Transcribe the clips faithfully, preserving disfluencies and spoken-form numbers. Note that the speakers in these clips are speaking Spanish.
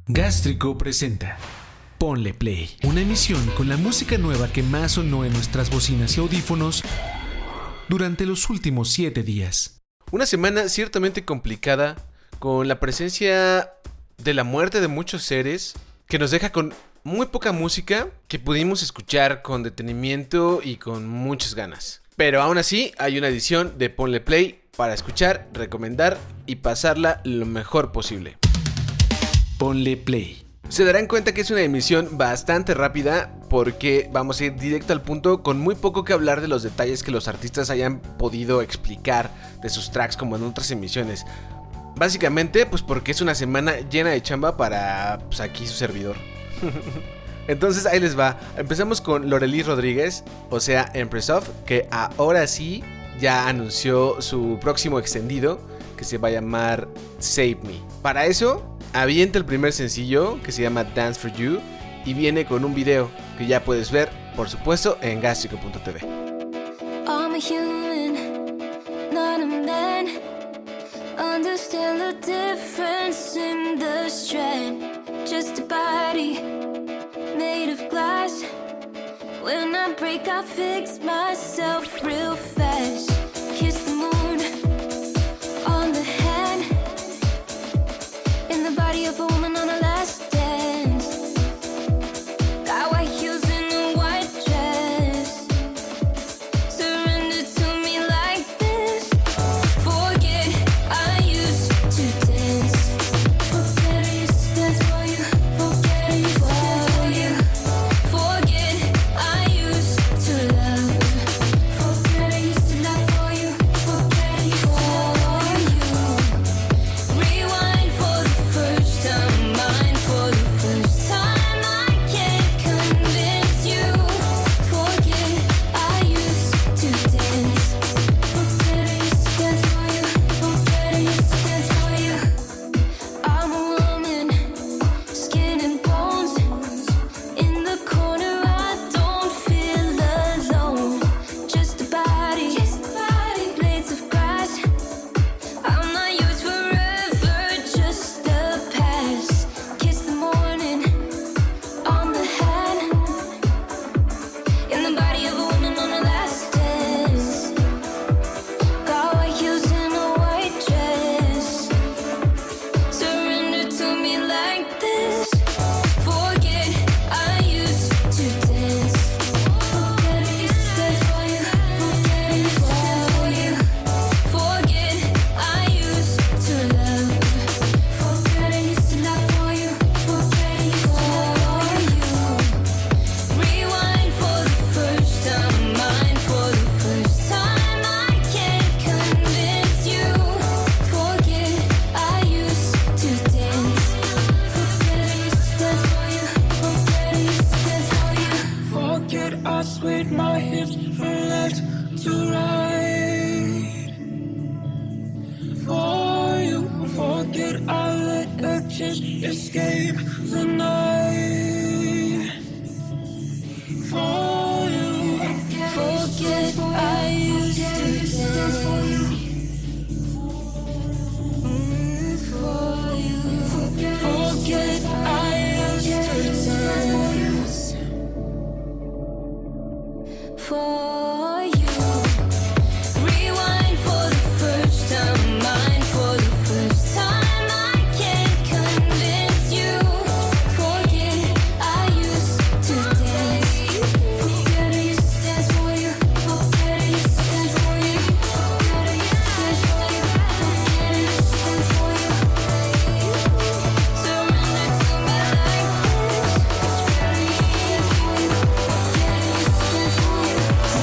Gástrico presenta Ponle Play, una emisión con la música nueva que más sonó en nuestras bocinas y audífonos durante los últimos siete días. Una semana ciertamente complicada, con la presencia de la muerte de muchos seres, que nos deja con muy poca música que pudimos escuchar con detenimiento y con muchas ganas. Pero aún así hay una edición de Ponle Play para escuchar, recomendar y pasarla lo mejor posible. Ponle Play. Se darán cuenta que es una emisión bastante rápida porque vamos a ir directo al punto con muy poco que hablar de los detalles que los artistas hayan podido explicar de sus tracks como en otras emisiones. Básicamente pues porque es una semana llena de chamba para pues, aquí su servidor. Entonces ahí les va. Empezamos con Lorelí Rodríguez, o sea Empress of, que ahora sí ya anunció su próximo extendido que se va a llamar Save Me. Para eso avienta el primer sencillo que se llama Dance for You y viene con un video que ya puedes ver, por supuesto, en gástrico punto t v. I'm a human, not a man. Understand the difference in the strand. Just a body made of glass. When I break, I fix myself real fast. Kiss the moon on the hand. In the body of a woman on a last dance. Got white heels in a white dress. Surrender to me like this. Forget I used to dance. Forget I used to dance for you. Forget I used to dance for you. Forget I used to love. Forget I used to love for you. Forget I used to love for you. Rewind for the first time, mine for the first time. I can't convince you. Forget I used to dance. Forget I used to dance for you. Forget I used to dance for you. I'm a woman, skin and bones. In the corner, I don't feel alone. Just a body, blades of grass. I'm not yours forever, just a past. Kiss the morning on the hand. In the body of a woman on her last dance. Got white heels and a white dress. Surrender to me like this. Forget I used to dance. Forget I used to dance for you. Forget I used to dance for you. Forget I used to love. Forget I used to love for you. Forget I used to love for you. Rewind for the first time, mine for the first time. I can't convince you. Forget I used to dance. Forget I used to dance for you. Forget I used to dance for you. Forget I swayed my hips from left to right. For you, forget I let the chance escape the night. For you, Forget I used to dance for you. Mm, for you. Forget I used to dance for you. Rewind for the first time, mine for the first time. I can't convince you. Forget I used to dance. Forget I used to dance for you. Forget I used to dance for you. Forget I used to dance for you. Forget I used to dance for you. Surrender to me like this. Forget I used to dance for you. Forget I used to dance for you.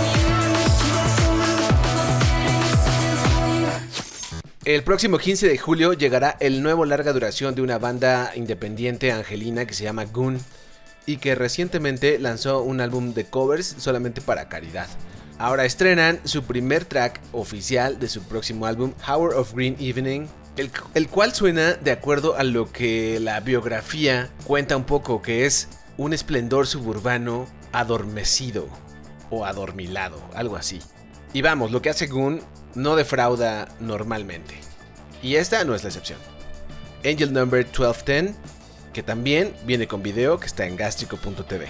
El próximo quince de julio llegará el nuevo larga duración de una banda independiente angelina que se llama Goon y que recientemente lanzó un álbum de covers solamente para caridad. Ahora estrenan su primer track oficial de su próximo álbum, Hour of Green Evening, el, el cual suena de acuerdo a lo que la biografía cuenta un poco, que es un esplendor suburbano adormecido o adormilado, algo así. Y vamos, lo que hace Goon no defrauda normalmente. Y esta no es la excepción. Angel Number doce diez que también viene con video que está en gástrico punto t v.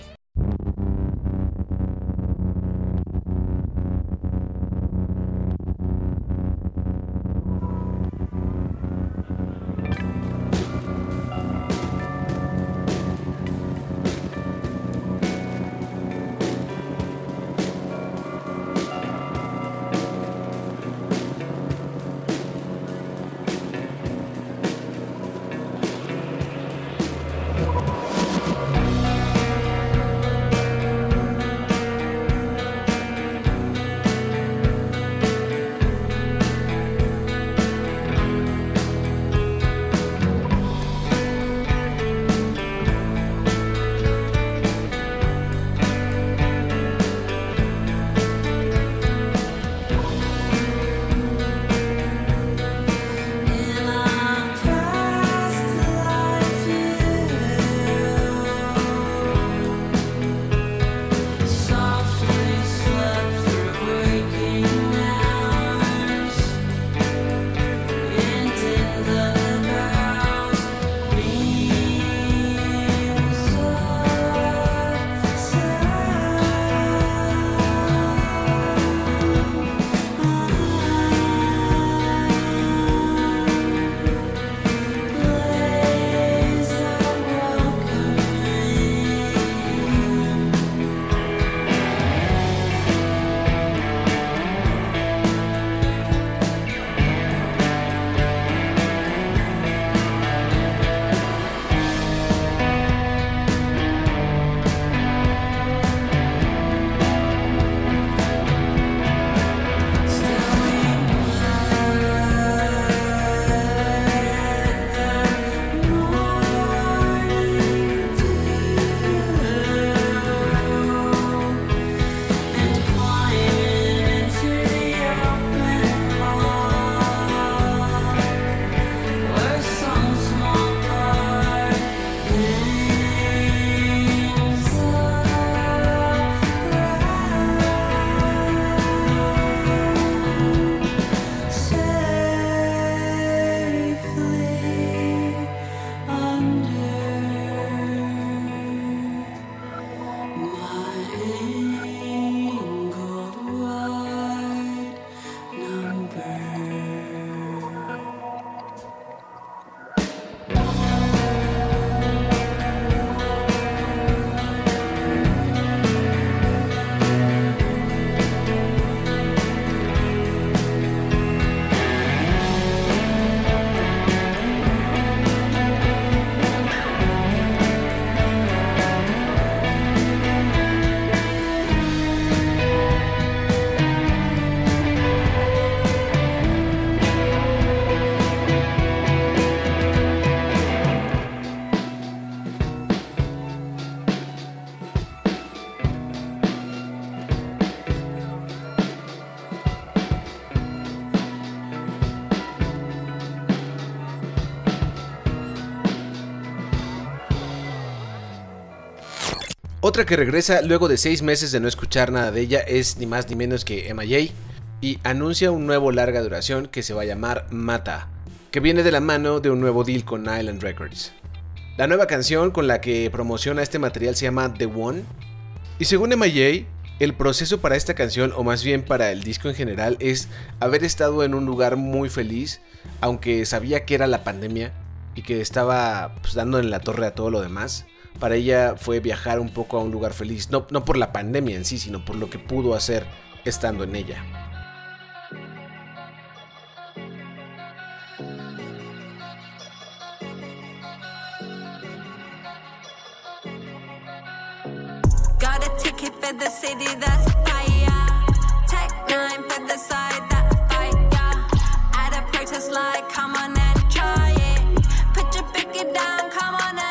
Otra que regresa luego de seis meses de no escuchar nada de ella es ni más ni menos que M I A y anuncia un nuevo larga duración que se va a llamar Mata, que viene de la mano de un nuevo deal con Island Records. La nueva canción con la que promociona este material se llama The One, y según M I A, el proceso para esta canción, o más bien para el disco en general, es haber estado en un lugar muy feliz, aunque sabía que era la pandemia y que estaba pues, dando en la torre a todo lo demás. Para ella fue viajar un poco a un lugar feliz, no, no por la pandemia en sí, sino por lo que pudo hacer estando en ella. Got a ticket for the city that's fire. Tech nine for the side that fire. At a protest like, come on and try it. Put your picket down, come on and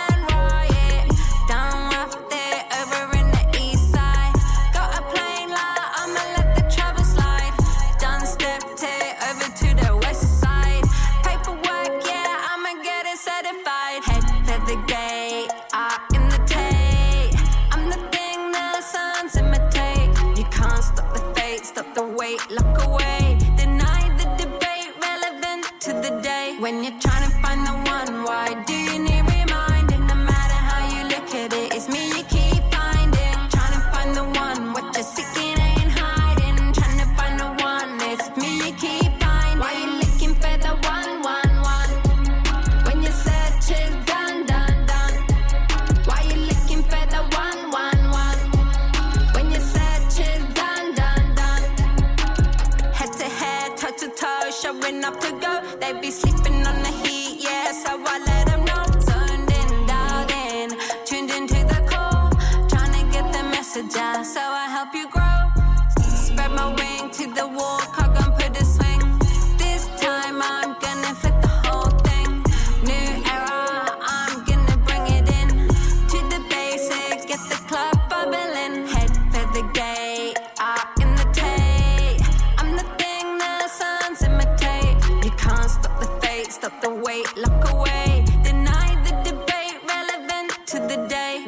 lock away, deny the debate relevant to the day. When you're trying to find the one, why do you need remind?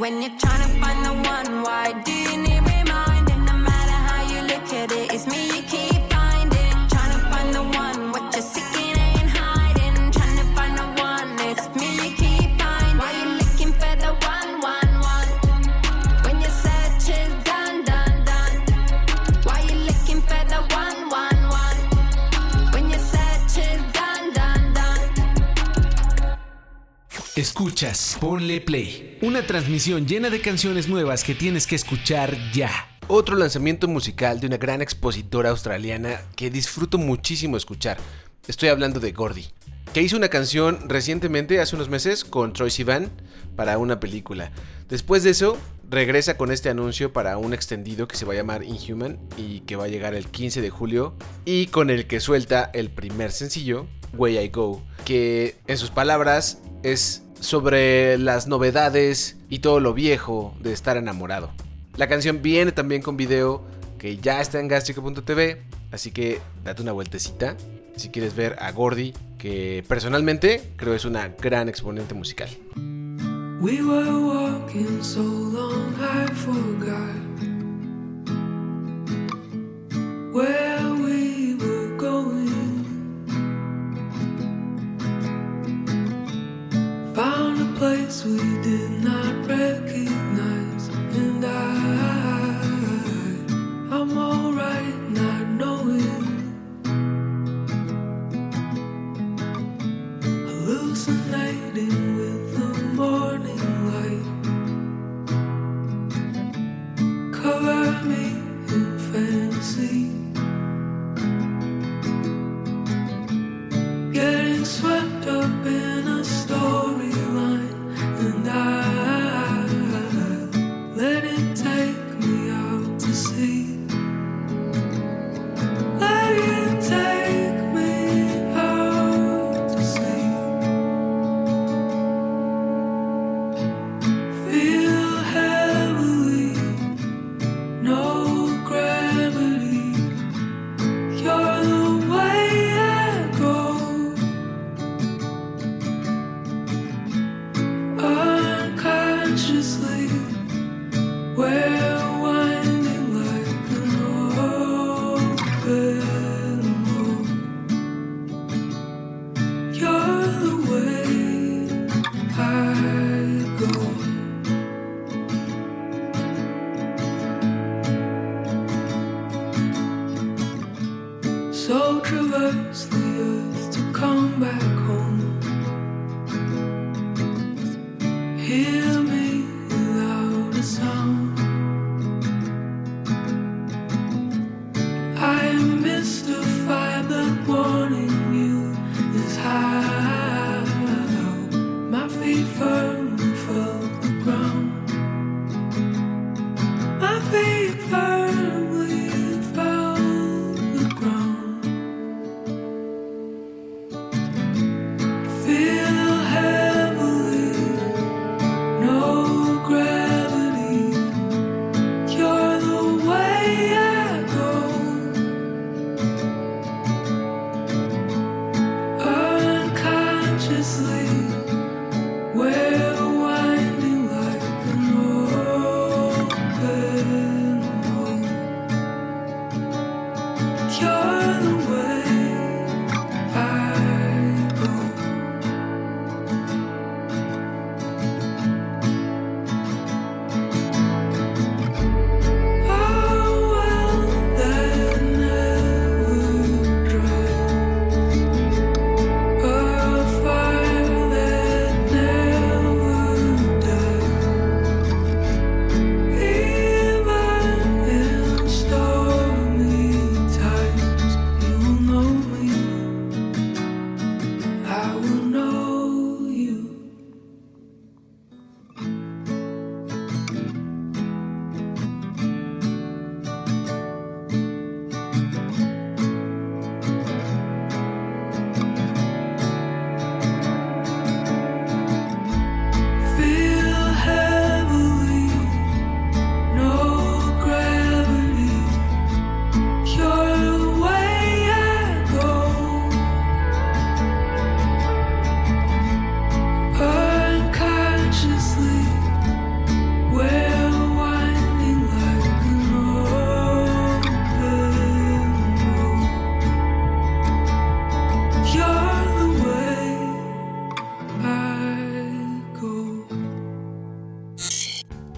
When you're trying to find the one, why do you need reminding? No matter how you look at it, it's me you keep finding. Trying to find the one, what you're seeking ain't hiding. Trying to find the one, it's me you keep finding. Why you looking for the one, one, one? When your search is done, done, done. Why you looking for the one, one, one? When your search is done, done, done. Escuchas Ponle Play, una transmisión llena de canciones nuevas que tienes que escuchar ya. Otro lanzamiento musical de una gran expositora australiana que disfruto muchísimo escuchar. Estoy hablando de Gordy, que hizo una canción recientemente, hace unos meses, con Troye Sivan para una película. Después de eso, regresa con este anuncio para un extendido que se va a llamar Inhuman y que va a llegar el quince de julio, y con el que suelta el primer sencillo, Way I Go, que en sus palabras es sobre las novedades y todo lo viejo de estar enamorado. La canción viene también con video que ya está en gastrica punto t v, así que date una vueltecita si quieres ver a Gordy, que personalmente creo es una gran exponente musical. We were walking so long I forgot where we were going. Found a place we did not recognize, and I, I'm alright not knowing. Hallucinating with the morning light. Cover me in fantasy. Getting swept up in a storyline, and I let it take me out to sea. Let it take me out to sea.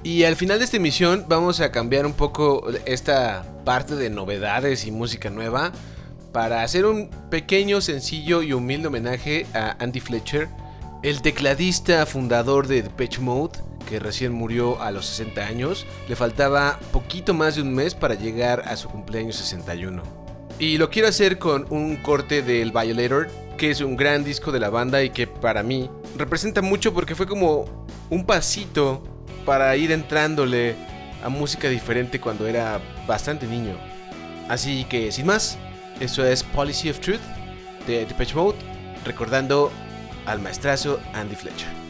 Y al final de esta emisión vamos a cambiar un poco esta parte de novedades y música nueva para hacer un pequeño, sencillo y humilde homenaje a Andy Fletcher, el tecladista fundador de Depeche Mode, que recién murió a los sesenta años. Le faltaba poquito más de un mes para llegar a su cumpleaños sesenta y uno. Y lo quiero hacer con un corte del Violator, que es un gran disco de la banda y que para mí representa mucho porque fue como un pasito para ir entrándole a música diferente cuando era bastante niño. Así que sin más, esto es Policy of Truth de Depeche Mode, recordando al maestrazo Andy Fletcher.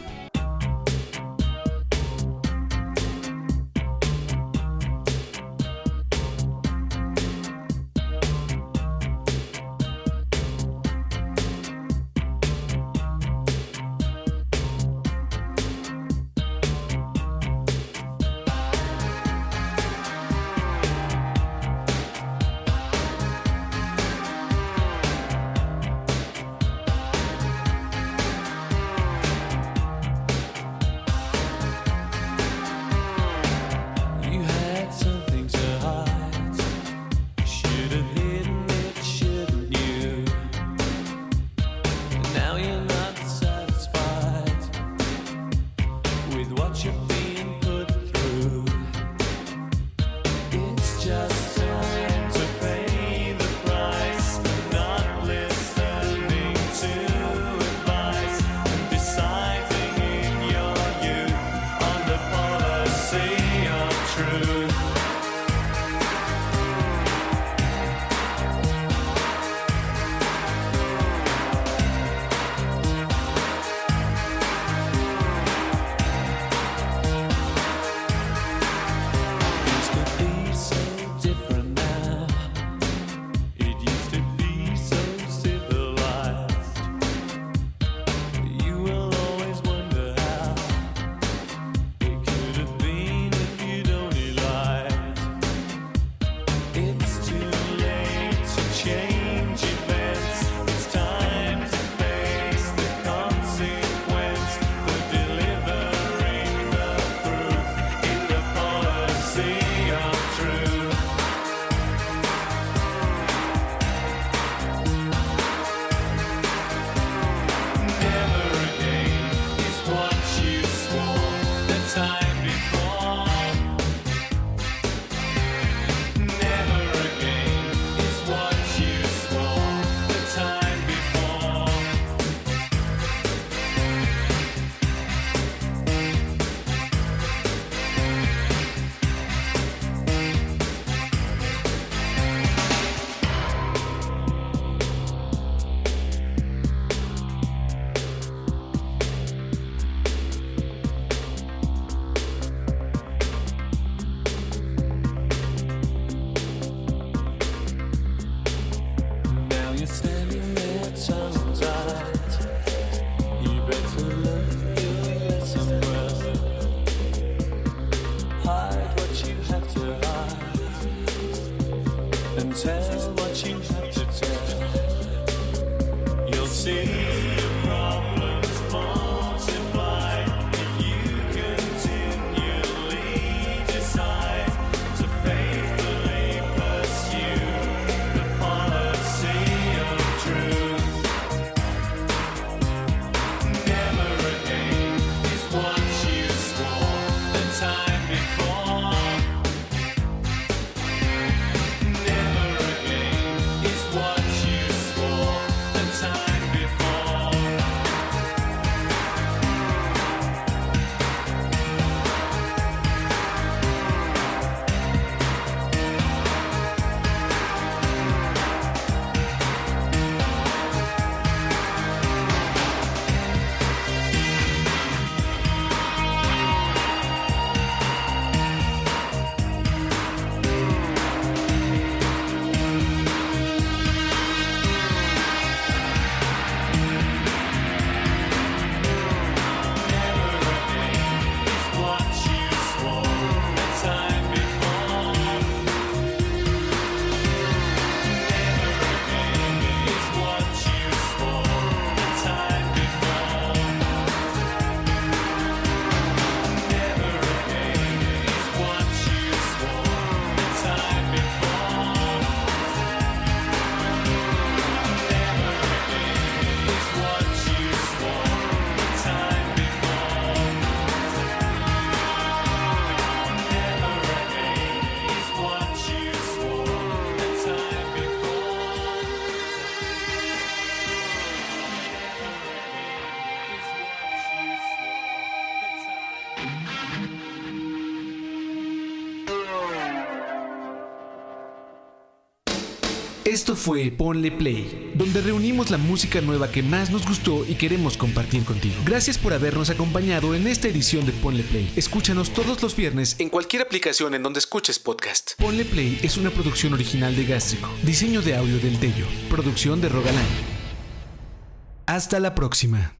Esto fue Ponle Play, donde reunimos la música nueva que más nos gustó y queremos compartir contigo. Gracias por habernos acompañado en esta edición de Ponle Play. Escúchanos todos los viernes en cualquier aplicación en donde escuches podcast. Ponle Play es una producción original de Gástrico. Diseño de audio del Tello. Producción de Rogalán. Hasta la próxima.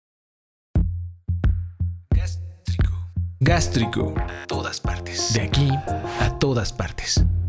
Gástrico. Gástrico. A todas partes. De aquí a todas partes.